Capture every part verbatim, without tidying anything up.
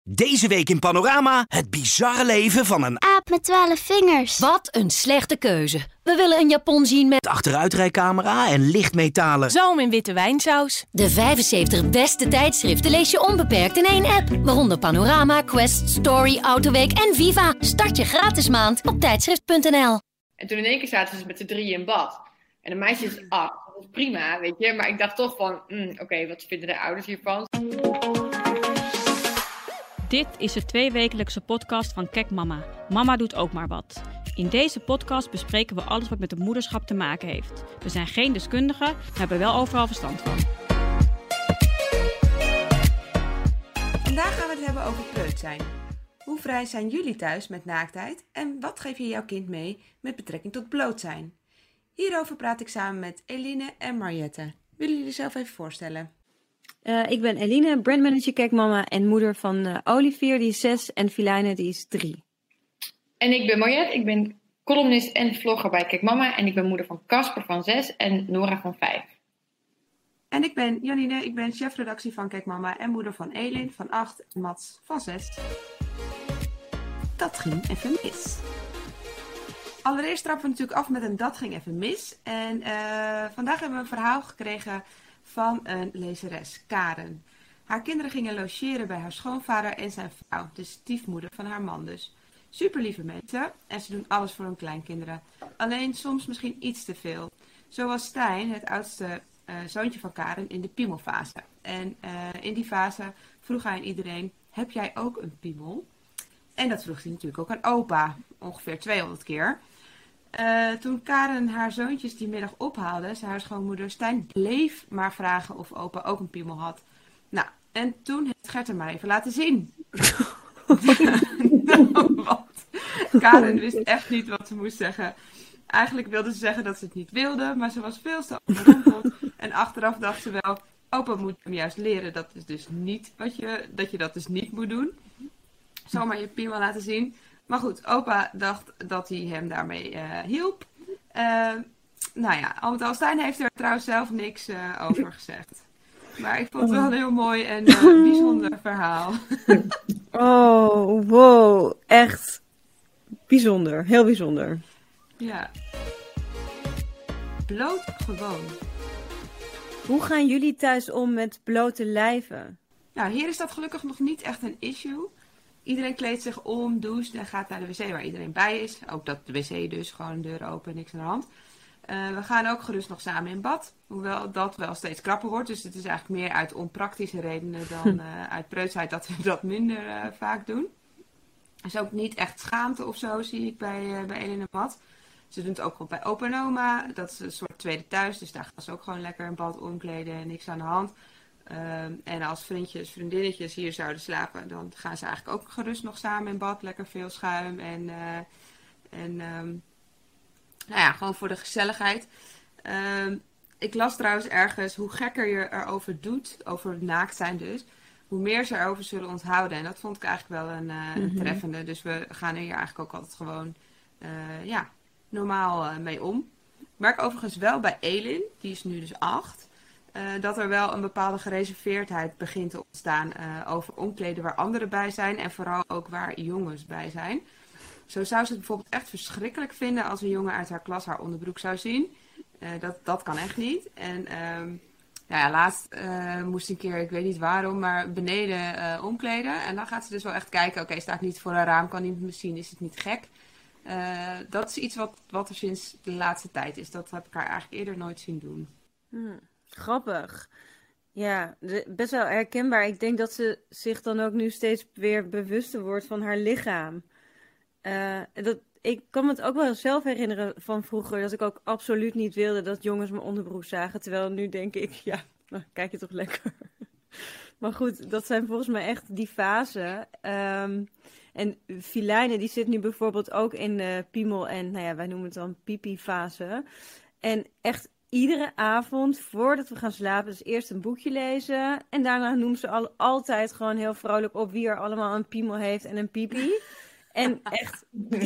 Deze week in Panorama het bizarre leven van een aap met twaalf vingers. Wat een slechte keuze. We willen een Japon zien met achteruitrijcamera en lichtmetalen zalm in witte wijnsaus. De vijfenzeventig beste tijdschriften lees je onbeperkt in één app. Waaronder Panorama, Quest, Story, Autoweek en Viva. Start je gratis maand op tijdschrift punt n l. En toen in één keer zaten ze met z'n drieën in bad. En de meisje is acht. Dat is prima, weet je. Maar ik dacht toch van, mm, oké, okay, wat vinden de ouders hiervan? Dit is de tweewekelijkse podcast van Kek Mama. Mama doet ook maar wat. In deze podcast bespreken we alles wat met het moederschap te maken heeft. We zijn geen deskundigen, maar hebben wel overal verstand van. Vandaag gaan we het hebben over preut zijn. Hoe vrij zijn jullie thuis met naaktheid en wat geef je jouw kind mee met betrekking tot bloot zijn? Hierover praat ik samen met Eline en Mariette. Willen jullie zelf even voorstellen? Uh, ik ben Eline, brandmanager Kek Mama en moeder van uh, Olivier, die is zes, en Filijne, die is drie. En ik ben Mariette, ik ben columnist en vlogger bij Kek Mama en ik ben moeder van Casper van zes en Nora van vijf. En ik ben Janine, ik ben chefredactie van Kek Mama en moeder van Elin van acht en Mats van zes. Dat ging even mis. Allereerst trappen we natuurlijk af met een dat ging even mis. En uh, vandaag hebben we een verhaal gekregen van een lezeres, Karen. Haar kinderen gingen logeren bij haar schoonvader en zijn vrouw, de stiefmoeder van haar man dus. Super lieve mensen en ze doen alles voor hun kleinkinderen. Alleen soms misschien iets te veel. Zo was Stijn, het oudste uh, zoontje van Karen, in de piemelfase. En uh, in die fase vroeg hij aan iedereen, heb jij ook een piemel? En dat vroeg hij natuurlijk ook aan opa, ongeveer tweehonderd keer. Uh, toen Karen haar zoontjes die middag ophaalde, zei haar schoonmoeder, Stijn bleef maar vragen of opa ook een piemel had. Nou, en toen heeft Gert hem maar even laten zien. Nou, wat? Karen wist echt niet wat ze moest zeggen. Eigenlijk wilde ze zeggen dat ze het niet wilde, maar ze was veel te overrompeld. En achteraf dacht ze wel, opa moet hem juist leren dat, is dus niet wat je, dat je dat dus niet moet doen. Zomaar je piemel laten zien. Maar goed, opa dacht dat hij hem daarmee uh, hielp. Uh, nou ja, al met al, Stijn heeft er trouwens zelf niks uh, over gezegd. Maar ik vond het wel een heel mooi en uh, bijzonder verhaal. Oh, wow. Echt bijzonder. Heel bijzonder. Ja. Bloot gewoon. Hoe gaan jullie thuis om met blote lijven? Nou, hier is dat gelukkig nog niet echt een issue. Iedereen kleedt zich om, doucht en gaat naar de wc waar iedereen bij is. Ook dat de wc dus, gewoon deur open, niks aan de hand. Uh, we gaan ook gerust nog samen in bad. Hoewel dat wel steeds krapper wordt. Dus het is eigenlijk meer uit onpraktische redenen dan uh, uit preutsheid dat we dat minder uh, vaak doen. Er is ook niet echt schaamte of zo, zie ik bij, uh, bij Elin en Matt. Ze doen het ook gewoon bij opa en oma. Dat is een soort tweede thuis. Dus daar gaan ze ook gewoon lekker in bad omkleden en niks aan de hand. Um, en als vriendjes, vriendinnetjes hier zouden slapen, dan gaan ze eigenlijk ook gerust nog samen in bad. Lekker veel schuim en, uh, en um, nou ja, gewoon voor de gezelligheid. Um, ik las trouwens ergens, hoe gekker je erover doet, over naakt zijn dus, hoe meer ze erover zullen onthouden. En dat vond ik eigenlijk wel een, uh, een mm-hmm. treffende. Dus we gaan er hier eigenlijk ook altijd gewoon uh, ja, normaal uh, mee om. Ik merk overigens wel bij Elin, die is nu dus acht. Uh, dat er wel een bepaalde gereserveerdheid begint te ontstaan uh, over omkleden waar anderen bij zijn en vooral ook waar jongens bij zijn. Zo zou ze het bijvoorbeeld echt verschrikkelijk vinden als een jongen uit haar klas haar onderbroek zou zien. Uh, dat, dat kan echt niet. En um, nou ja, laatst uh, moest een keer, ik weet niet waarom, maar beneden uh, omkleden. En dan gaat ze dus wel echt kijken, oké, okay, sta ik niet voor een raam, kan niemand me zien, is het niet gek? Uh, dat is iets wat, wat er sinds de laatste tijd is. Dat heb ik haar eigenlijk eerder nooit zien doen. Hmm. Grappig. Ja, de, best wel herkenbaar. Ik denk dat ze zich dan ook nu steeds weer bewuster wordt van haar lichaam. Uh, dat, ik kan me het ook wel zelf herinneren van vroeger, dat ik ook absoluut niet wilde dat jongens mijn onderbroek zagen. Terwijl nu denk ik, ja, nou, kijk je toch lekker. Maar goed, dat zijn volgens mij echt die fasen. Um, en Filijne, die zit nu bijvoorbeeld ook in de piemel en, nou ja, wij noemen het dan pipi-fase. En echt iedere avond, voordat we gaan slapen, dus eerst een boekje lezen. En daarna noemt ze al, altijd gewoon heel vrolijk op wie er allemaal een piemel heeft en een pipi. En echt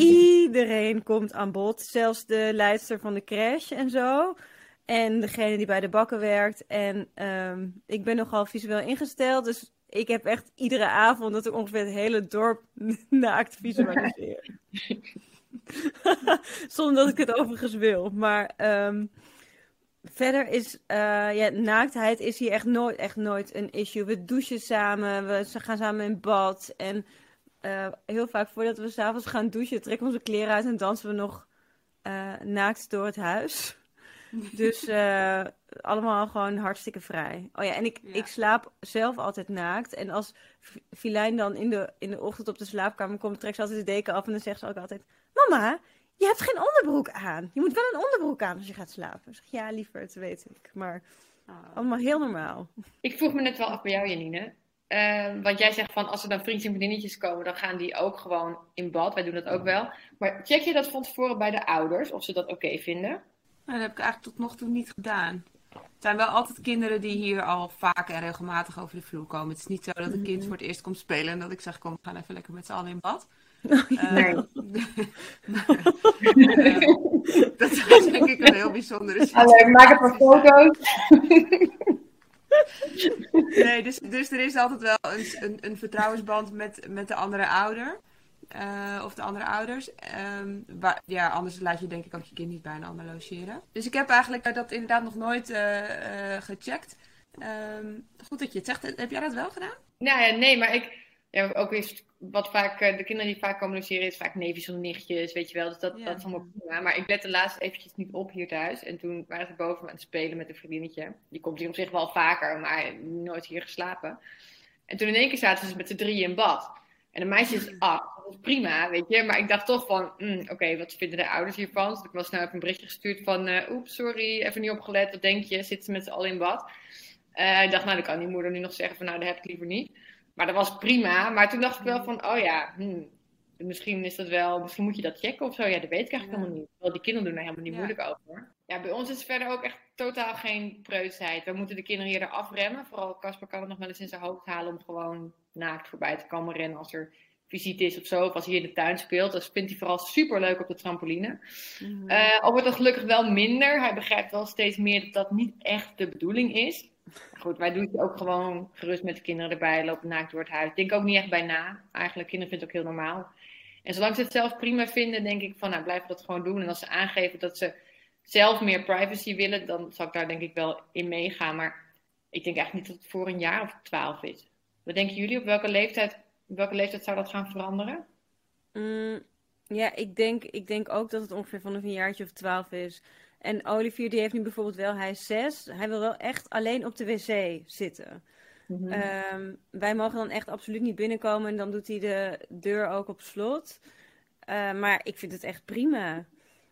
iedereen komt aan bod. Zelfs de leidster van de crash en zo. En degene die bij de bakken werkt. En um, ik ben nogal visueel ingesteld, dus ik heb echt iedere avond dat ik ongeveer het hele dorp naakt visualiseer. Zonder dat ik het overigens wil. Maar um, verder is, uh, ja, naaktheid is hier echt nooit, echt nooit een issue. We douchen samen, we gaan samen in bad. En uh, heel vaak voordat we 's avonds gaan douchen, trekken we onze kleren uit en dansen we nog uh, naakt door het huis. Dus uh, allemaal gewoon hartstikke vrij. Oh ja, en ik, ja. ik slaap zelf altijd naakt. En als Filijn dan in de, in de ochtend op de slaapkamer komt, trekt ze altijd de deken af en dan zegt ze ook altijd: Mama, je hebt geen onderbroek aan. Je moet wel een onderbroek aan als je gaat slapen. Ik zeg, ja, liever, dat weet ik. Maar oh. allemaal heel normaal. Ik vroeg me net wel af bij jou, Janine. Uh, want jij zegt van, als er dan vriendjes en vriendinnetjes komen, dan gaan die ook gewoon in bad. Wij doen dat ook wel. Maar check je dat van tevoren bij de ouders, of ze dat oké okay vinden? Nou, dat heb ik eigenlijk tot nog toe niet gedaan. Het zijn wel altijd kinderen die hier al vaak en regelmatig over de vloer komen. Het is niet zo dat een kind voor het eerst komt spelen en dat ik zeg, kom, we gaan even lekker met z'n allen in bad. Nee. Uh, maar, uh, dat is denk ik een heel bijzondere situatie. Hallo, maak een paar foto's. Nee, dus, dus er is altijd wel een, een, een vertrouwensband met, met de andere ouder. Uh, of de andere ouders. Um, waar, ja, anders laat je denk ik ook je kind niet bij een ander logeren. Dus ik heb eigenlijk uh, dat inderdaad nog nooit uh, uh, gecheckt. Um, goed dat je het zegt. Heb jij dat wel gedaan? Nou ja, nee, maar ik... Ja, ook is wat vaak... Uh, de kinderen die vaak komen logeren is vaak neefjes of nichtjes, weet je wel. Dus dat, ja. dat is allemaal prima. Maar ik lette laatst eventjes niet op hier thuis. En toen waren ze boven aan het spelen met een vriendinnetje. Die komt hier op zich wel vaker, maar nooit hier geslapen. En toen in één keer zaten ze met z'n drieën in bad. En de meisje is acht, dat is prima, weet je. Maar ik dacht toch van, mm, oké, okay, wat vinden de ouders hiervan? Dus ik was snel even een berichtje gestuurd van, uh, oeps, sorry, even niet opgelet. Wat denk je? Zitten ze met z'n allen in bad? Uh, ik dacht, nou, dan kan die moeder nu nog zeggen van, nou, dat heb ik liever niet. Maar dat was prima. Maar toen dacht ik wel van, oh ja, hmm, misschien is dat wel, misschien moet je dat checken of zo. Ja, dat weet ik eigenlijk ja. helemaal niet. Terwijl die kinderen doen er helemaal niet ja. moeilijk over, hoor. Ja, bij ons is het verder ook echt totaal geen preutsheid. We moeten de kinderen hier eraf remmen. Vooral Casper kan het nog wel eens in zijn hoofd halen om gewoon naakt voorbij te komen rennen als er visite is of zo. Of als hij in de tuin speelt. Dat vindt hij vooral super leuk op de trampoline. Mm-hmm. Uh, al wordt dat gelukkig wel minder. Hij begrijpt wel steeds meer dat dat niet echt de bedoeling is. Goed, wij doen het ook gewoon gerust met de kinderen erbij. Lopen naakt door het huis. Ik denk ook niet echt bij na. Eigenlijk, kinderen vinden het ook heel normaal. En zolang ze het zelf prima vinden, denk ik van, nou, blijven we dat gewoon doen. En als ze aangeven dat ze zelf meer privacy willen, dan zal ik daar denk ik wel in meegaan. Maar ik denk eigenlijk niet dat het voor een jaar of twaalf is. Wat denken jullie? Op welke leeftijd, op welke leeftijd zou dat gaan veranderen? Mm, ja, ik denk, ik denk ook dat het ongeveer vanaf een jaartje of twaalf is. En Olivier, die heeft nu bijvoorbeeld wel, hij is zes. Hij wil wel echt alleen op de wc zitten. Mm-hmm. Um, wij mogen dan echt absoluut niet binnenkomen. En dan doet hij de deur ook op slot. Uh, maar ik vind het echt prima.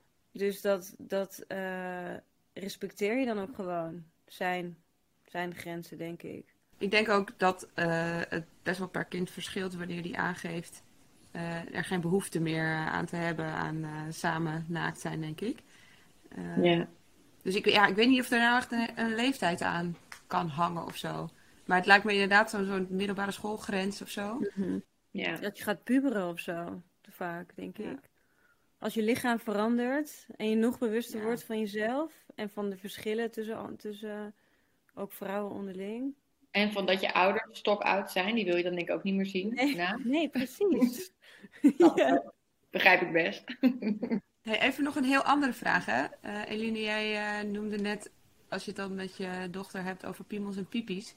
Dus dat, dat uh, respecteer je dan ook gewoon. Zijn, zijn grenzen, denk ik. Ik denk ook dat uh, het best wel per kind verschilt wanneer die aangeeft uh, er geen behoefte meer aan te hebben aan uh, samen naakt zijn, denk ik. Uh, yeah. Dus ik, ja, ik weet niet of er nou echt een, een leeftijd aan kan hangen of zo. Maar het lijkt me inderdaad zo'n, zo'n middelbare schoolgrens of zo. Mm-hmm. Yeah. Dat je gaat puberen of zo, te vaak, denk ja. ik. Als je lichaam verandert en je nog bewuster ja. wordt van jezelf en van de verschillen tussen, tussen ook vrouwen onderling. En van dat je ouders stokoud zijn, die wil je dan denk ik ook niet meer zien. Nee, nou. nee precies. Dat ja. begrijp ik best. Hey, even nog een heel andere vraag, hè. Uh, Eline, jij uh, noemde net, als je het dan met je dochter hebt over piemels en pipies.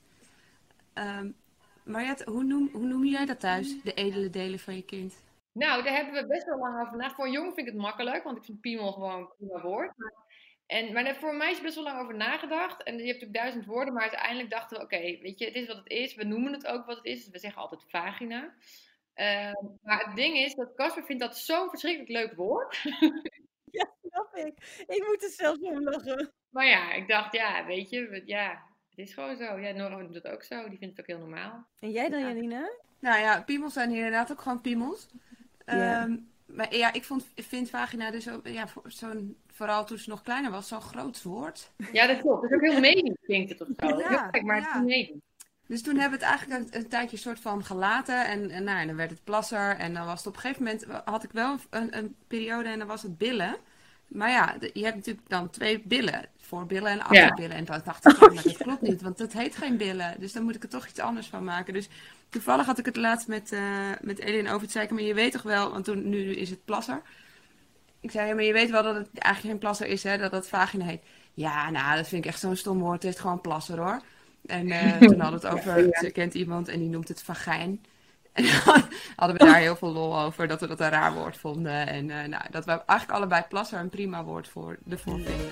Um, Mariette, hoe noem, hoe noem jij dat thuis, de edele delen van je kind? Nou, daar hebben we best wel lang over nagedacht. Voor een jongen vind ik het makkelijk, want ik vind piemel gewoon een prima woord. En, maar daar voor een meisje best wel lang over nagedacht. En je hebt natuurlijk duizend woorden, maar uiteindelijk dachten we, oké, okay, weet je, het is wat het is. We noemen het ook wat het is. Dus we zeggen altijd vagina. Uh, maar het ding is dat Casper vindt dat zo'n verschrikkelijk leuk woord. Ja, snap ik. Ik moet er zelfs om lachen. Maar ja, ik dacht, ja, weet je, ja, het is gewoon zo. Ja, Nora doet het ook zo. Die vindt het ook heel normaal. En jij dan, ja. Janine? Nou ja, piemels zijn hier inderdaad ook gewoon piemels. Yeah. Um, maar ja, ik vond, vind vagina dus ook, ja, zo'n, vooral toen ze nog kleiner was, zo'n groot woord. Ja, dat klopt. Het is ook heel medisch, klinkt het of zo. Ja, heel, maar ja. het is medisch. Dus toen hebben we het eigenlijk een, een tijdje soort van gelaten. En, en, nou, en dan werd het plasser. En dan was het op een gegeven moment, had ik wel een, een periode en dan was het billen. Maar ja, de, je hebt natuurlijk dan twee billen. Voorbillen en achterbillen. Ja. En dan dacht ik, ja, maar dat klopt niet. Want dat heet geen billen. Dus dan moet ik er toch iets anders van maken. Dus toevallig had ik het laatst met, uh, met Elin over het zeiken. Maar je weet toch wel, want toen, nu is het plasser. Ik zei, ja, maar je weet wel dat het eigenlijk geen plasser is, hè. Dat het vagina heet. Ja, nou, dat vind ik echt zo'n stom woord. Het is gewoon plasser, hoor. En uh, toen hadden we het over, ja, ja. Ze kent iemand en die noemt het vagijn. En dan hadden we daar heel veel lol over, dat we dat een raar woord vonden. En uh, nou, dat we eigenlijk allebei plasser een prima woord voor ervoor vinden.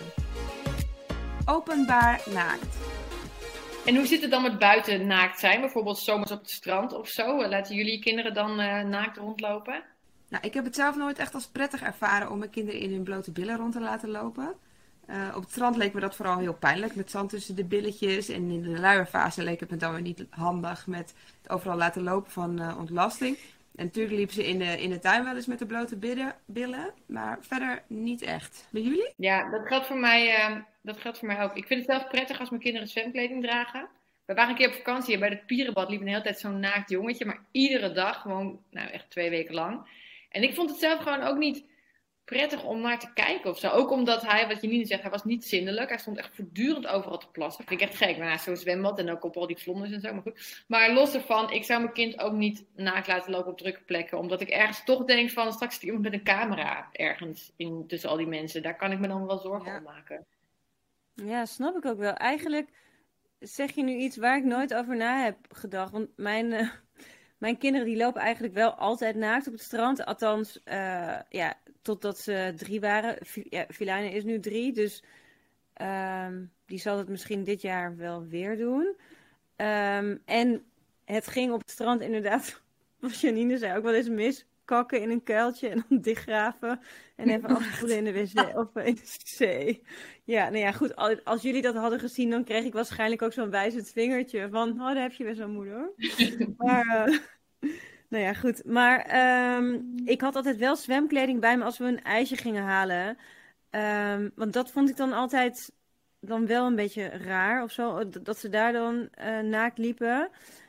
Openbaar naakt. En hoe zit het dan met buiten naakt zijn? Bijvoorbeeld zomers op het strand of zo? Laten jullie je kinderen dan uh, naakt rondlopen? Nou, ik heb het zelf nooit echt als prettig ervaren om mijn kinderen in hun blote billen rond te laten lopen. Uh, op het strand leek me dat vooral heel pijnlijk, met zand tussen de billetjes. En in de luierfase leek het me dan weer niet handig met het overal laten lopen van uh, ontlasting. En natuurlijk liepen ze in de, in de tuin wel eens met de blote billen, billen, maar verder niet echt. Bij jullie? Ja, dat geldt voor mij, uh, dat geldt voor mij ook. Ik vind het zelf prettig als mijn kinderen zwemkleding dragen. We waren een keer op vakantie en bij het Pierenbad liep een hele tijd zo'n naakt jongetje, maar iedere dag, gewoon nou echt twee weken lang. En ik vond het zelf gewoon ook niet prettig om naar te kijken of zo. Ook omdat hij, wat Janine zegt, hij was niet zindelijk. Hij stond echt voortdurend overal te plassen. Vind ik echt gek. Maar zo'n zwembad en ook op al die vlonders en zo. Maar goed. Maar los ervan, ik zou mijn kind ook niet naakt laten lopen op drukke plekken. Omdat ik ergens toch denk van, straks zit iemand met een camera ergens in, tussen al die mensen. Daar kan ik me dan wel zorgen ja. om maken. Ja, snap ik ook wel. Eigenlijk zeg je nu iets waar ik nooit over na heb gedacht. Want mijn... Uh... Mijn kinderen die lopen eigenlijk wel altijd naakt op het strand. Althans, uh, ja, totdat ze drie waren. Ja, Filijne is nu drie, dus um, die zal het misschien dit jaar wel weer doen. Um, en het ging op het strand inderdaad, wat Janine zei, ook wel eens mis. Kakken in een kuiltje en dan dichtgraven. En even afspoelen in de wc of in de c. Ja, nou ja, goed. Als jullie dat hadden gezien, dan kreeg ik waarschijnlijk ook zo'n wijzend vingertje. Van, oh, daar heb je weer zo'n moeder. Maar, uh, nou ja, goed. Maar um, ik had altijd wel zwemkleding bij me als we een ijsje gingen halen. Um, want dat vond ik dan altijd dan wel een beetje raar of zo. Dat ze daar dan uh, naakt liepen.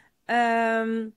Um,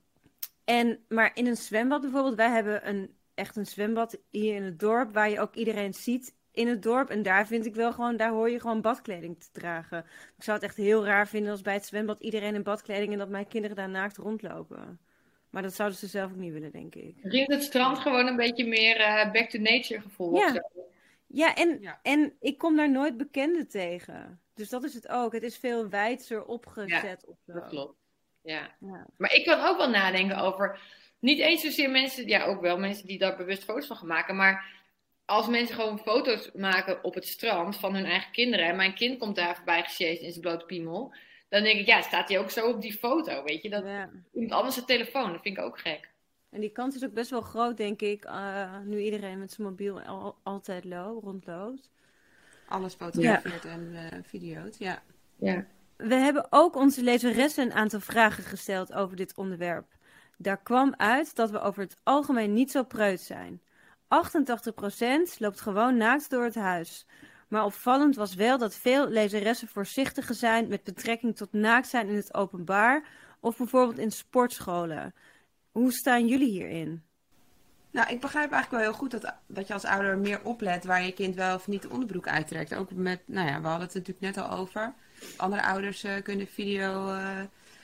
En, maar in een zwembad bijvoorbeeld, wij hebben een, echt een zwembad hier in het dorp, waar je ook iedereen ziet in het dorp. En daar vind ik wel gewoon, daar hoor je gewoon badkleding te dragen. Ik zou het echt heel raar vinden als bij het zwembad iedereen in badkleding en dat mijn kinderen daar naakt rondlopen. Maar dat zouden ze zelf ook niet willen, denk ik. Geeft het strand gewoon een beetje meer uh, back to nature gevoel? Ja, of zo? ja, en, ja, en ik kom daar nooit bekenden tegen. Dus dat is het ook. Het is veel wijdser opgezet. Ja, of zo. Dat klopt. Ja. Ja. Maar ik kan ook wel nadenken over, niet eens zozeer mensen, ja ook wel mensen die daar bewust foto's van gaan maken, maar als mensen gewoon foto's maken op het strand van hun eigen kinderen en mijn kind komt daar voorbij gesjeest in zijn blote piemel, dan denk ik, ja, staat hij ook zo op die foto, weet je, dat Ja. iemand anders zijn telefoon, dat vind ik ook gek. En die kans is ook best wel groot, denk ik, uh, nu iedereen met zijn mobiel al, altijd lo- rondloopt. Alles fotografeert ja. en uh, video't, ja. Ja. We hebben ook onze lezeressen een aantal vragen gesteld over dit onderwerp. Daar kwam uit dat we over het algemeen niet zo preuts zijn. achtentachtig procent loopt gewoon naakt door het huis. Maar opvallend was wel dat veel lezeressen voorzichtiger zijn met betrekking tot naakt zijn in het openbaar of bijvoorbeeld in sportscholen. Hoe staan jullie hierin? Nou, ik begrijp eigenlijk wel heel goed dat, dat je als ouder meer oplet waar je kind wel of niet de onderbroek uittrekt. Ook met, nou ja, we hadden het natuurlijk net al over. Andere ouders uh, kunnen video, uh,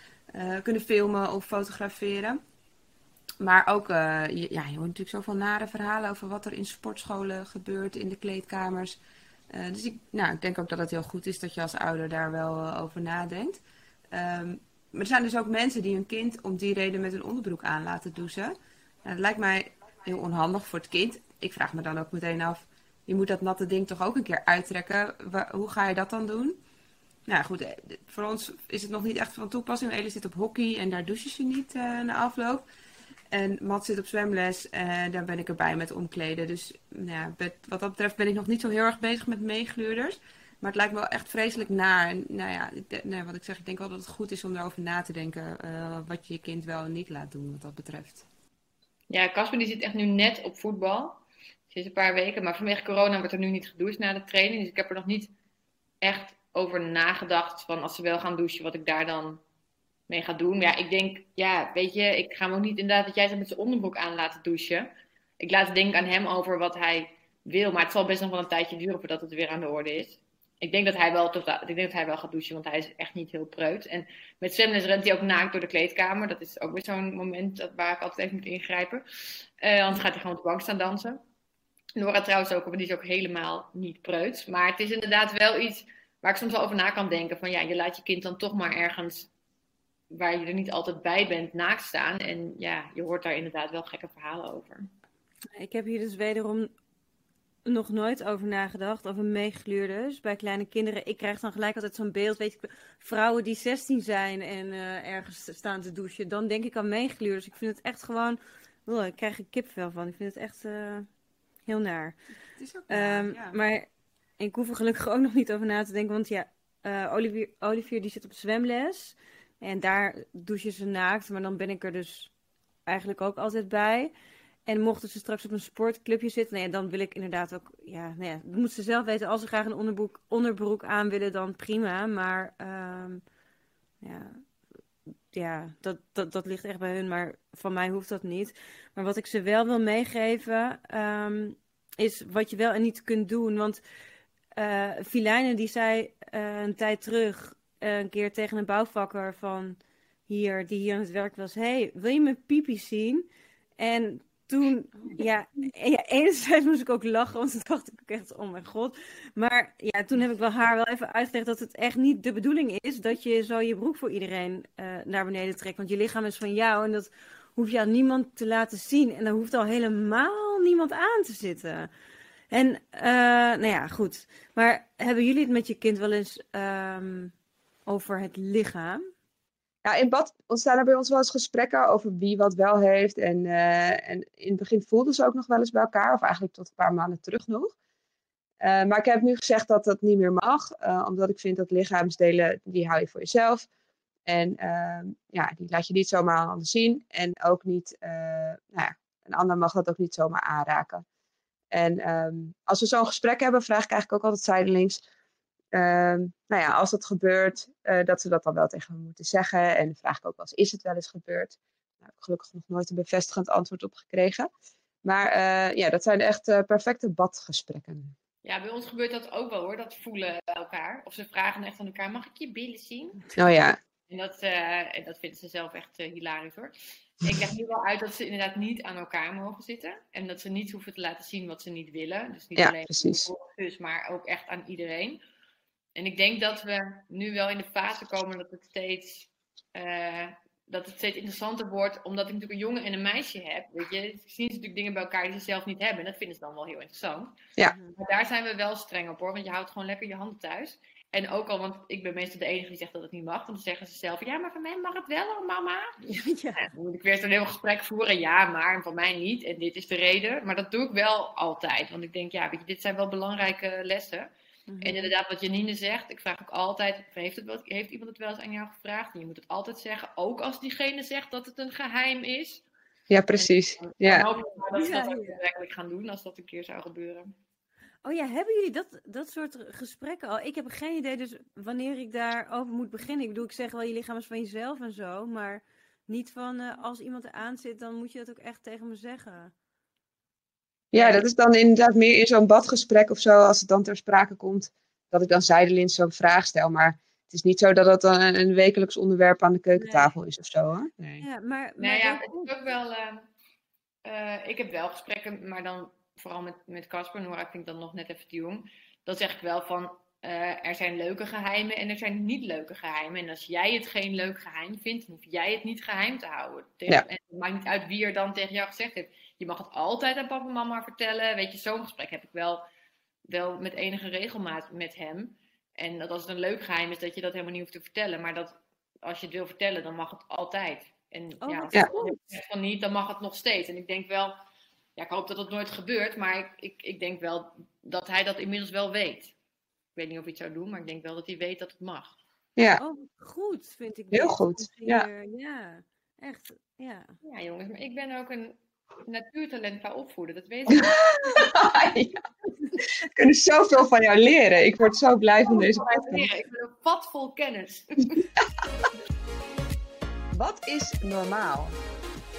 uh, kunnen filmen of fotograferen. Maar ook, uh, je, ja, je hoort natuurlijk zoveel nare verhalen over wat er in sportscholen gebeurt, in de kleedkamers. Uh, dus ik, nou, ik denk ook dat het heel goed is dat je als ouder daar wel uh, over nadenkt. Um, maar er zijn dus ook mensen die hun kind om die reden met een onderbroek aan laten douchen. Nou, dat lijkt mij heel onhandig voor het kind. Ik vraag me dan ook meteen af, je moet dat natte ding toch ook een keer uittrekken. Waar, hoe ga je dat dan doen? Nou goed, voor ons is het nog niet echt van toepassing. Elis zit op hockey en daar douchen ze niet uh, na afloop. En Mat zit op zwemles en daar ben ik erbij met omkleden. Dus nou ja, wat dat betreft ben ik nog niet zo heel erg bezig met meegluurders. Maar het lijkt me wel echt vreselijk naar. En nou ja, nee, wat ik zeg, ik denk wel dat het goed is om erover na te denken uh, wat je je kind wel en niet laat doen wat dat betreft. Ja, Casper die zit echt nu net op voetbal. Sinds een paar weken. Maar vanwege corona wordt er nu niet gedoucht na de training. Dus ik heb er nog niet echt over nagedacht van als ze wel gaan douchen, wat ik daar dan mee ga doen. Ja, ik denk, ja, weet je, ik ga hem ook niet inderdaad dat jij ze met zijn onderbroek aan laten douchen. Ik laat het denk aan hem over wat hij wil. Maar het zal best nog wel een tijdje duren voordat het weer aan de orde is. Ik denk dat hij wel, totaal, ik denk dat hij wel gaat douchen, want hij is echt niet heel preut. En met zwemles rent hij ook naakt door de kleedkamer. Dat is ook weer zo'n moment waar ik altijd even moet ingrijpen. Uh, anders gaat hij gewoon op de bank staan dansen. Nora trouwens ook, maar die is ook helemaal niet preut. Maar het is inderdaad wel iets waar ik soms wel over na kan denken. Van ja, je laat je kind dan toch maar ergens waar je er niet altijd bij bent naakt staan. En ja, je hoort daar inderdaad wel gekke verhalen over. Ik heb hier dus wederom nog nooit over nagedacht, over meegluurders bij kleine kinderen. Ik krijg dan gelijk altijd zo'n beeld, weet je, vrouwen die zestien zijn en uh, ergens staan te douchen. Dan denk ik aan meegluurders. Ik vind het echt gewoon, oh, ik krijg er kipvel van. Ik vind het echt uh, heel naar. Het is ook naar, um, ja. Maar ik hoef er gelukkig ook nog niet over na te denken, want ja, uh, Olivier, Olivier die zit op zwemles en daar douchen ze naakt, maar dan ben ik er dus eigenlijk ook altijd bij. En mochten ze straks op een sportclubje zitten, nou ja, dan wil ik inderdaad ook, ja, nou ja, dat moeten ze zelf weten. Als ze graag een onderbroek, onderbroek aan willen, dan prima. Maar um, ja, ja dat, dat, dat ligt echt bij hun, maar van mij hoeft dat niet. Maar wat ik ze wel wil meegeven, um, is wat je wel en niet kunt doen. Want uh, Filijne, die zei uh, een tijd terug uh, een keer tegen een bouwvakker van hier, die hier aan het werk was, hey, wil je mijn pipi zien? En toen, ja, ja, enerzijds moest ik ook lachen, want toen dacht ik ook echt, oh mijn god. Maar ja, toen heb ik wel haar wel even uitgelegd dat het echt niet de bedoeling is dat je zo je broek voor iedereen uh, naar beneden trekt. Want je lichaam is van jou en dat hoef je aan niemand te laten zien. En daar hoeft al helemaal niemand aan te zitten. En, uh, nou ja, goed. Maar hebben jullie het met je kind wel eens um, over het lichaam? Ja, in bad ontstaan er bij ons wel eens gesprekken over wie wat wel heeft. En, uh, en in het begin voelden ze ook nog wel eens bij elkaar. Of eigenlijk tot een paar maanden terug nog. Uh, maar ik heb nu gezegd dat dat niet meer mag. Uh, omdat ik vind dat lichaamsdelen, die hou je voor jezelf. En uh, ja, die laat je niet zomaar aan anderen zien. En ook niet, uh, nou ja, een ander mag dat ook niet zomaar aanraken. En um, als we zo'n gesprek hebben, vraag ik eigenlijk ook altijd zijdelings. Uh, nou ja, als dat gebeurt, uh, dat ze dat dan wel tegen me moeten zeggen. En dan vraag ik ook wel eens, is het wel eens gebeurd? Daar heb ik gelukkig nog nooit een bevestigend antwoord op gekregen. Maar uh, ja, dat zijn echt uh, perfecte badgesprekken. Ja, bij ons gebeurt dat ook wel hoor, dat voelen elkaar. Of ze vragen echt aan elkaar, mag ik je billen zien? Oh ja. En dat, uh, en dat vinden ze zelf echt uh, hilarisch hoor. Ik leg nu wel uit dat ze inderdaad niet aan elkaar mogen zitten. En dat ze niet hoeven te laten zien wat ze niet willen. Dus niet ja, alleen precies. dus, maar ook echt aan iedereen. En ik denk dat we nu wel in de fase komen dat het steeds, uh, dat het steeds interessanter wordt. Omdat ik natuurlijk een jongen en een meisje heb. Weet je, zien ze natuurlijk dingen bij elkaar die ze zelf niet hebben. En dat vinden ze dan wel heel interessant. Ja. Maar daar zijn we wel streng op hoor. Want je houdt gewoon lekker je handen thuis. En ook al, want ik ben meestal de enige die zegt dat het niet mag. Want dan zeggen ze zelf, ja, maar van mij mag het wel, mama. Ja. Ja, dan moet ik weer zo'n heel gesprek voeren. Ja, maar en van mij niet. En dit is de reden. Maar dat doe ik wel altijd. Want ik denk, ja, weet je, dit zijn wel belangrijke lessen. Mm-hmm. En inderdaad, wat Janine zegt, ik vraag ook altijd, heeft, het wel, heeft iemand het wel eens aan jou gevraagd? En je moet het altijd zeggen, ook als diegene zegt dat het een geheim is. Ja, precies. En, ja. Dan hoop ik dat ze ja, dat ook ja. werkelijk gaan doen, als dat een keer zou gebeuren. Oh ja, hebben jullie dat, dat soort gesprekken al? Ik heb geen idee dus wanneer ik daarover moet beginnen. Ik bedoel, ik zeg wel, je lichaam is van jezelf en zo, maar niet van uh, als iemand er aan zit, dan moet je dat ook echt tegen me zeggen. Ja, dat is dan inderdaad meer in zo'n badgesprek of zo, als het dan ter sprake komt, dat ik dan zijdelings zo'n vraag stel. Maar het is niet zo dat het een, een wekelijks onderwerp aan de keukentafel nee. is of zo, hoor. Nee, ja, maar, maar nou ja, het is ook wel, uh, uh, ik heb wel gesprekken, maar dan vooral met met Casper, Nora vind ik dan nog net even te jong. Dan zeg ik wel van, uh, er zijn leuke geheimen en er zijn niet leuke geheimen. En als jij het geen leuk geheim vindt, dan hoef jij het niet geheim te houden. Tegen, ja. En het maakt niet uit wie er dan tegen jou gezegd heeft. Je mag het altijd aan papa en mama vertellen. Weet je, zo'n gesprek heb ik wel, wel met enige regelmaat met hem. En dat als het een leuk geheim is, dat je dat helemaal niet hoeft te vertellen. Maar dat als je het wil vertellen, dan mag het altijd. En oh, ja, als ja. je het van niet, dan mag het nog steeds. En ik denk wel, ja, ik hoop dat dat nooit gebeurt. Maar ik, ik, ik denk wel dat hij dat inmiddels wel weet. Ik weet niet of hij het zou doen, maar ik denk wel dat hij weet dat het mag. Ja. Oh, goed, vind ik. Heel goed, ja. Ja, echt, ja. Ja, jongens, maar ik ben ook een natuurtalent qua opvoeden, dat weet ik. Ja. We kunnen zoveel van jou leren. Ik word zo blij van deze podcast. Ik ben een vat vol kennis. Wat is normaal?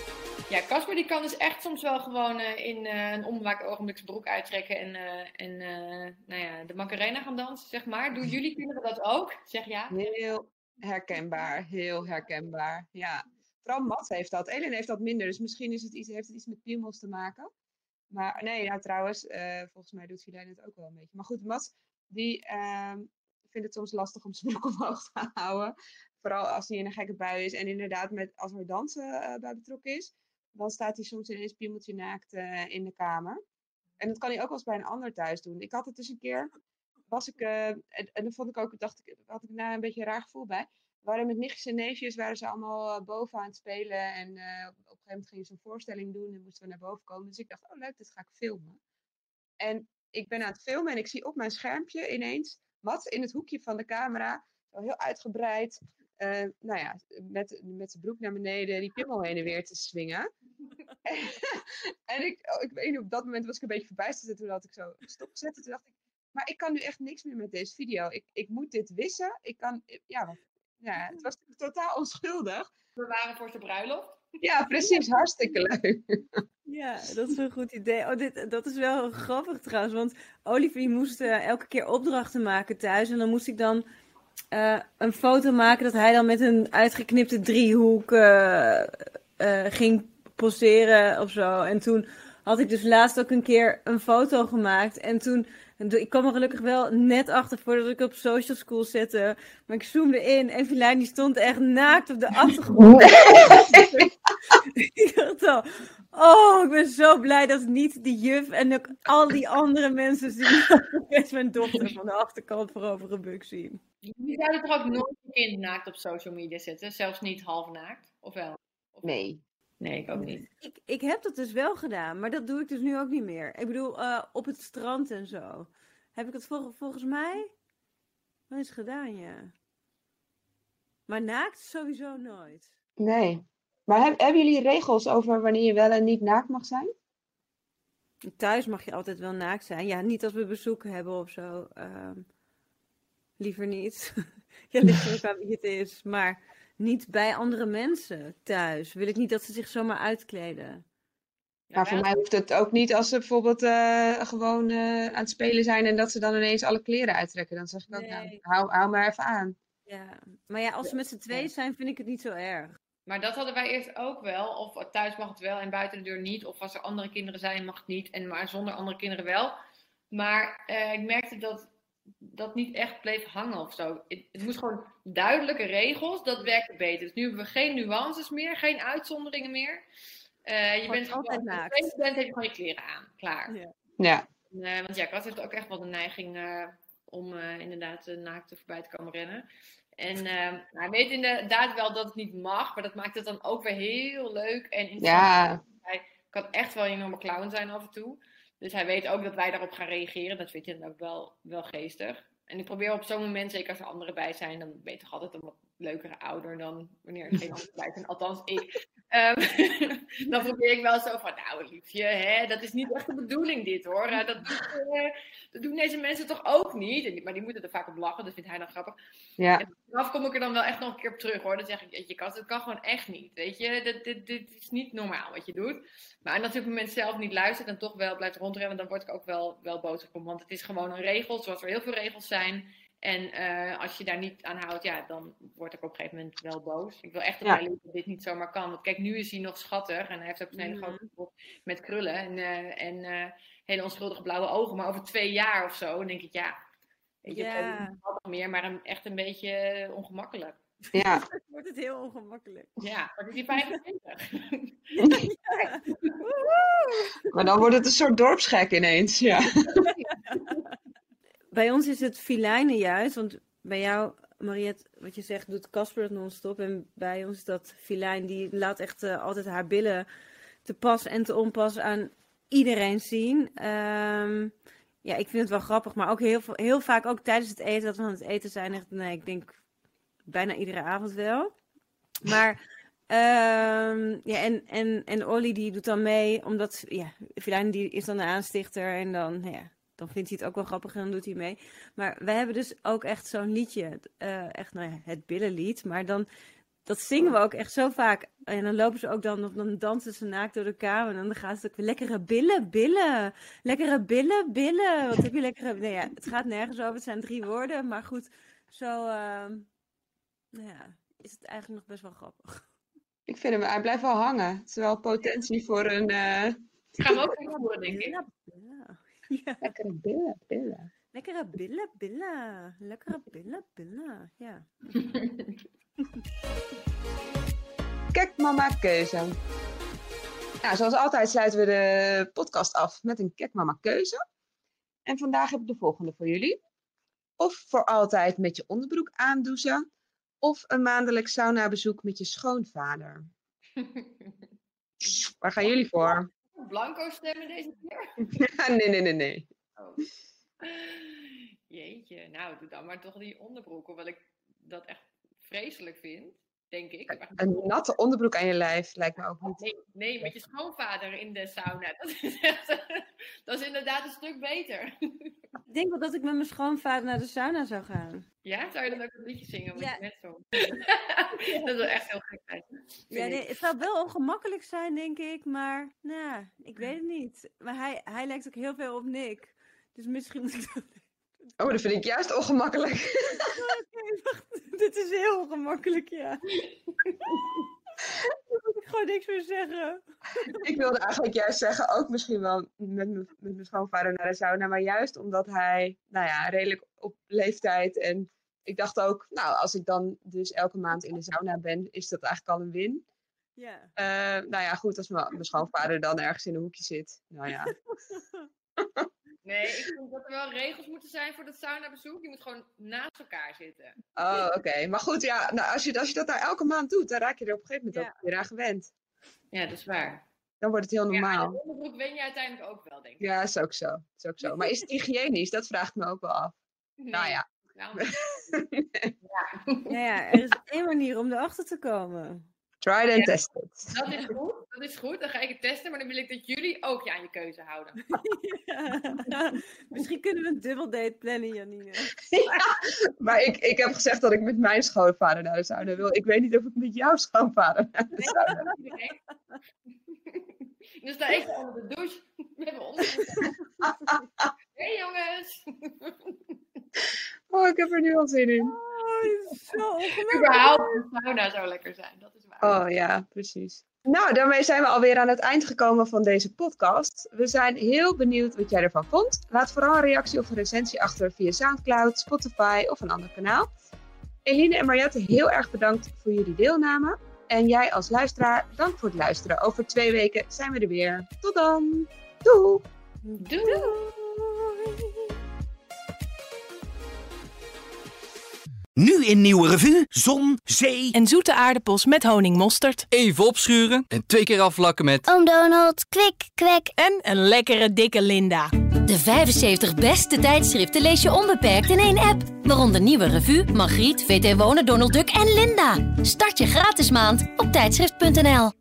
Ja, Casper die kan dus echt soms wel gewoon uh, in uh, een onbewaakt ogenblik zijn broek uittrekken en, uh, en uh, nou ja, de Macarena gaan dansen, zeg maar. Doen jullie kinderen dat ook? Zeg ja. Heel herkenbaar, heel herkenbaar. Ja. Vooral Mats heeft dat. Elin heeft dat minder, dus misschien is het iets, heeft het iets met piemels te maken. Maar nee, nou trouwens, uh, volgens mij doet Filijn het ook wel een beetje. Maar goed, Mats, die uh, vindt het soms lastig om zijn broek omhoog te houden. Vooral als hij in een gekke bui is en inderdaad met, als er dansen uh, bij betrokken is. Dan staat hij soms ineens piemeltje naakt uh, in de kamer. En dat kan hij ook wel eens bij een ander thuis doen. Ik had het dus een keer, was ik, uh, en, en dan vond ik ook, dacht ik, had ik daar een beetje een raar gevoel bij. We waren met nichtjes en neefjes, waren ze allemaal uh, boven aan het spelen. En uh, op een gegeven moment gingen ze een voorstelling doen en moesten we naar boven komen. Dus ik dacht, oh leuk, dit ga ik filmen. En ik ben aan het filmen en ik zie op mijn schermpje ineens Mats in het hoekje van de camera, zo heel uitgebreid, uh, nou ja, met, met zijn broek naar beneden, die pimmel heen en weer te swingen. en en ik, oh, ik weet niet, op dat moment was ik een beetje verbijsterd en toen had ik zo stopgezet en toen dacht ik, maar ik kan nu echt niks meer met deze video. Ik, ik moet dit wissen. Ik kan, ja, want, ja, het was totaal onschuldig. We waren voor zijn bruiloft. Ja, precies. Hartstikke leuk. Ja, dat is een goed idee. Oh, dit, dat is wel grappig trouwens, want Olivier moest uh, elke keer opdrachten maken thuis en dan moest ik dan uh, een foto maken dat hij dan met een uitgeknipte driehoek uh, uh, ging poseren of zo. En toen had ik dus laatst ook een keer een foto gemaakt en toen, ik kwam er gelukkig wel net achter voordat ik op social school zette, maar ik zoomde in en Filijn die stond echt naakt op de achtergrond. Nee. Ik dacht al, oh, ik ben zo blij dat niet die juf en ook al die andere mensen zien dat mijn dochter van de achterkant voorover gebukt zien. Je zou er toch ook nooit een kind naakt op social media zetten? Zelfs niet half naakt? Of wel? Of nee. Nee, ik ook niet. Ik, ik heb dat dus wel gedaan, maar dat doe ik dus nu ook niet meer. Ik bedoel, uh, op het strand en zo. Heb ik het vol, volgens mij wel eens gedaan, ja. Maar naakt sowieso nooit. Nee. Maar heb, hebben jullie regels over wanneer je wel en niet naakt mag zijn? Thuis mag je altijd wel naakt zijn. Ja, niet als we bezoek hebben of zo. Um, liever niet. Ja, ligt er ook aan wie het is. Maar niet bij andere mensen thuis. Wil ik niet dat ze zich zomaar uitkleden. Maar voor mij hoeft het ook niet als ze bijvoorbeeld uh, gewoon uh, aan het spelen zijn en dat ze dan ineens alle kleren uittrekken. Dan zeg ik ook, nee. nou, hou, hou maar even aan. Ja, maar ja, als ze met z'n tweeën zijn, vind ik het niet zo erg. Maar dat hadden wij eerst ook wel. Of thuis mag het wel en buiten de deur niet. Of als er andere kinderen zijn, mag het niet. En maar zonder andere kinderen wel. Maar uh, ik merkte dat dat niet echt bleef hangen of zo. Het, het moest gewoon duidelijke regels. Dat werkte beter. Dus nu hebben we geen nuances meer. Geen uitzonderingen meer. Uh, je bent altijd gewoon, naakt. Als je bent, heb je gewoon je kleren aan. Klaar. Ja. ja. Uh, want ja, Kat heeft ook echt wel de neiging uh, om uh, inderdaad uh, naakt er voorbij te komen rennen. En uh, hij weet inderdaad wel dat het niet mag, maar dat maakt het dan ook weer heel leuk en interessant. Ja. Hij kan echt wel een enorme clown zijn af en toe. Dus hij weet ook dat wij daarop gaan reageren. Dat vindt hij dan ook wel, wel geestig. En ik probeer op zo'n moment, zeker als er anderen bij zijn, dan ben je toch altijd een wat leukere ouder dan wanneer er geen anderen bij zijn. Althans, ik. Um, dan probeer ik wel zo van, nou liefje, hè, dat is niet echt de bedoeling dit hoor. Uh, dat, doet, uh, dat doen deze mensen toch ook niet. Maar die moeten er vaak op lachen, dat vindt hij dan grappig. Ja. En vanaf kom ik er dan wel echt nog een keer op terug hoor. Dan zeg ik, je Kat, dat kan gewoon echt niet. Weet je, dit, dit, dit is niet normaal wat je doet. Maar als je op het moment zelf niet luistert en toch wel blijft rondrennen, dan word ik ook wel, wel boos op. Want het is gewoon een regel, zoals er heel veel regels zijn. En uh, als je daar niet aan houdt, ja, dan word ik op een gegeven moment wel boos. Ik wil echt dat ja. hij dat dit niet zomaar kan. Want kijk, nu is hij nog schattig. En hij heeft ook een hele grote kop met krullen. En, uh, en uh, hele onschuldige blauwe ogen. Maar over twee jaar of zo, dan denk ik, ja, weet je, ja. het is niet meer, maar een, echt een beetje ongemakkelijk. Ja. Dan wordt het heel ongemakkelijk. Ja, dan is hij vijfentwintig. Ja. Maar dan wordt het een soort dorpsgek ineens, ja. Bij ons is het filijnen juist, want bij jou, Mariette, wat je zegt, doet Casper het non-stop. En bij ons is dat filijn, die laat echt uh, altijd haar billen te pas en te onpas aan iedereen zien. Um, ja, ik vind het wel grappig, maar ook heel, heel vaak ook tijdens het eten, dat we aan het eten zijn, echt, nee, ik denk bijna iedere avond wel. Maar, um, ja, en, en, en Olly die doet dan mee, omdat, ja, filijn die is dan de aanstichter en dan, ja... Dan vindt hij het ook wel grappig en dan doet hij mee. Maar wij hebben dus ook echt zo'n liedje. Uh, echt, nou ja, het billenlied. Maar dan dat zingen we ook echt zo vaak. En dan lopen ze ook dan, of dan dansen ze naakt door de kamer. En dan gaan ze ook weer lekkere billen, billen. Lekkere billen, billen. Wat heb je lekkere... Nee, ja, het gaat nergens over. Het zijn drie woorden. Maar goed, zo uh, nou ja, is het eigenlijk nog best wel grappig. Ik vind hem, hij blijft wel hangen. Het is wel potentie voor een... Uh... Gaan we ook weer horen, denk ik. Billen, billen. Ja. Lekkere billen, billen. Lekkere billen, billen. Lekkere billen, billen. Ja. Kijk, mama, keuze. Nou, zoals altijd sluiten we de podcast af met een Kijk, mama, keuze. En vandaag heb ik de volgende voor jullie. Of voor altijd met je onderbroek aandouchen. Of een maandelijks saunabezoek met je schoonvader. Waar gaan jullie voor? Blanco stemmen deze keer? nee, nee, nee, nee. Oh. Jeetje, nou doe dan maar toch die onderbroek. Hoewel ik dat echt vreselijk vind, denk ik. Een natte onderbroek aan je lijf lijkt me ook niet. Nee, nee, met je schoonvader in de sauna. Dat is, echt, dat is inderdaad een stuk beter. Ik denk wel dat ik met mijn schoonvader naar de sauna zou gaan. Ja, zou je dan ook een liedje zingen? Ja. Net zo. Dat is echt heel gek zijn. Ja, nee, het zou wel ongemakkelijk zijn, denk ik. Maar, nou, ik weet het niet. Maar hij, hij lijkt ook heel veel op Nick. Dus misschien moet ik dat... Oh, dat vind ik juist ongemakkelijk. Oké, okay, wacht. Dit is heel ongemakkelijk, ja. Dan moet ik gewoon niks meer zeggen. Ik wilde eigenlijk juist zeggen, ook misschien wel met, met mijn schoonvader naar de sauna. Maar juist omdat hij, nou ja, redelijk op leeftijd. En ik dacht ook, nou, als ik dan dus elke maand in de sauna ben, is dat eigenlijk al een win. Ja. Uh, nou ja, goed, als mijn, mijn schoonvader dan ergens in een hoekje zit. Nou ja. Nee, ik vind dat er wel regels moeten zijn voor dat saunabezoek. Je moet gewoon naast elkaar zitten. Oh, oké. Okay. Maar goed, ja, nou, als, je, als je dat nou elke maand doet, dan raak je er op een gegeven moment ja. ook weer aan gewend. Ja, dat is waar. Dan wordt het heel normaal. Ja, de onderbroek wen je uiteindelijk ook wel, denk ik. Ja, is ook zo. Is ook zo. Maar is het hygiënisch? Dat vraag ik me ook wel af. Nee. Nou ja. Nou, nee. Ja. Nou ja, er is één manier om erachter te komen. Try it and ja, test it. Dat is goed, dat is goed. Dan ga ik het testen, maar dan wil ik dat jullie ook je aan je keuze houden. Ja. Misschien kunnen we een dubbeldate plannen, Janine. Ja, maar ik, ik heb gezegd dat ik met mijn schoonvader naar de sauna wil. Ik weet niet of ik met jouw schoonvader naar de sauna wil. Nee. Dus sta ik onder de douche. We hebben onderbroek. Hé hey, jongens. Oh, ik heb er nu al zin in. Oh, zo ongemakkelijk. Überhaupt de sauna zou lekker zijn, dat is waar. Oh ja, precies. Nou, daarmee zijn we alweer aan het eind gekomen van deze podcast. We zijn heel benieuwd wat jij ervan vond. Laat vooral een reactie of een recensie achter via Soundcloud, Spotify of een ander kanaal. Eline en Mariette, heel erg bedankt voor jullie deelname. En jij als luisteraar, dank voor het luisteren. Over twee weken zijn we er weer. Tot dan. Doei. Doei. Doei. Nu in Nieuwe Revue, zon, zee en zoete aardappels met honingmosterd. Even opschuren en twee keer afvlakken met... Oom Donald, kwik, kwek. En een lekkere dikke Linda. De vijfenzeventig beste tijdschriften lees je onbeperkt in één app. Waaronder Nieuwe Revue, Margriet, V T Wonen, Donald Duck en Linda. Start je gratis maand op tijdschrift punt n l.